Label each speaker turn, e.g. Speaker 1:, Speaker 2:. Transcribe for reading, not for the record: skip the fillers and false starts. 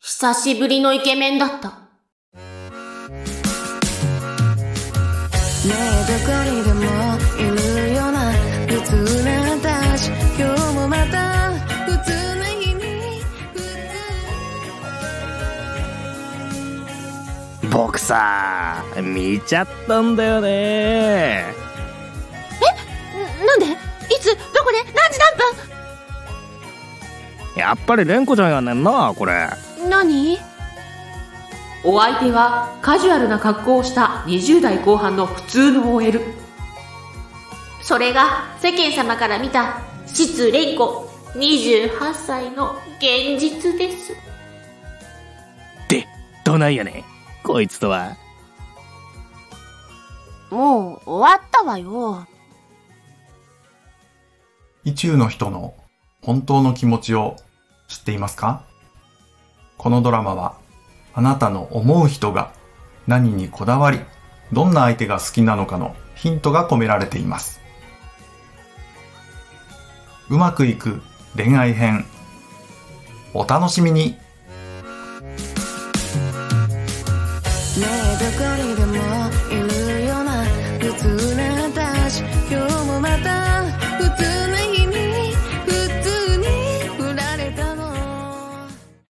Speaker 1: 久しぶりのイケメンだった。
Speaker 2: ねえどこにでもいるような普通な私、今日もまた普通な日に
Speaker 3: 僕さ、見ちゃったんだよね。
Speaker 1: なんで？いつ？どこで？何時何分？
Speaker 3: やっぱり蓮子ちゃんやねんな、これ。
Speaker 1: 何？
Speaker 4: お相手はカジュアルな格好をした20代後半の普通の OL。
Speaker 1: それが世間様から見た質蓮子28歳の現実です。
Speaker 3: で、どないやねんこいつとは。
Speaker 1: もう終わったわよ。
Speaker 5: 意中の人の本当の気持ちを知っていますか？このドラマはあなたの思う人が何にこだわり、どんな相手が好きなのかのヒントが込められています。うまくいく恋愛編、お楽しみに。
Speaker 2: ねえどこにでも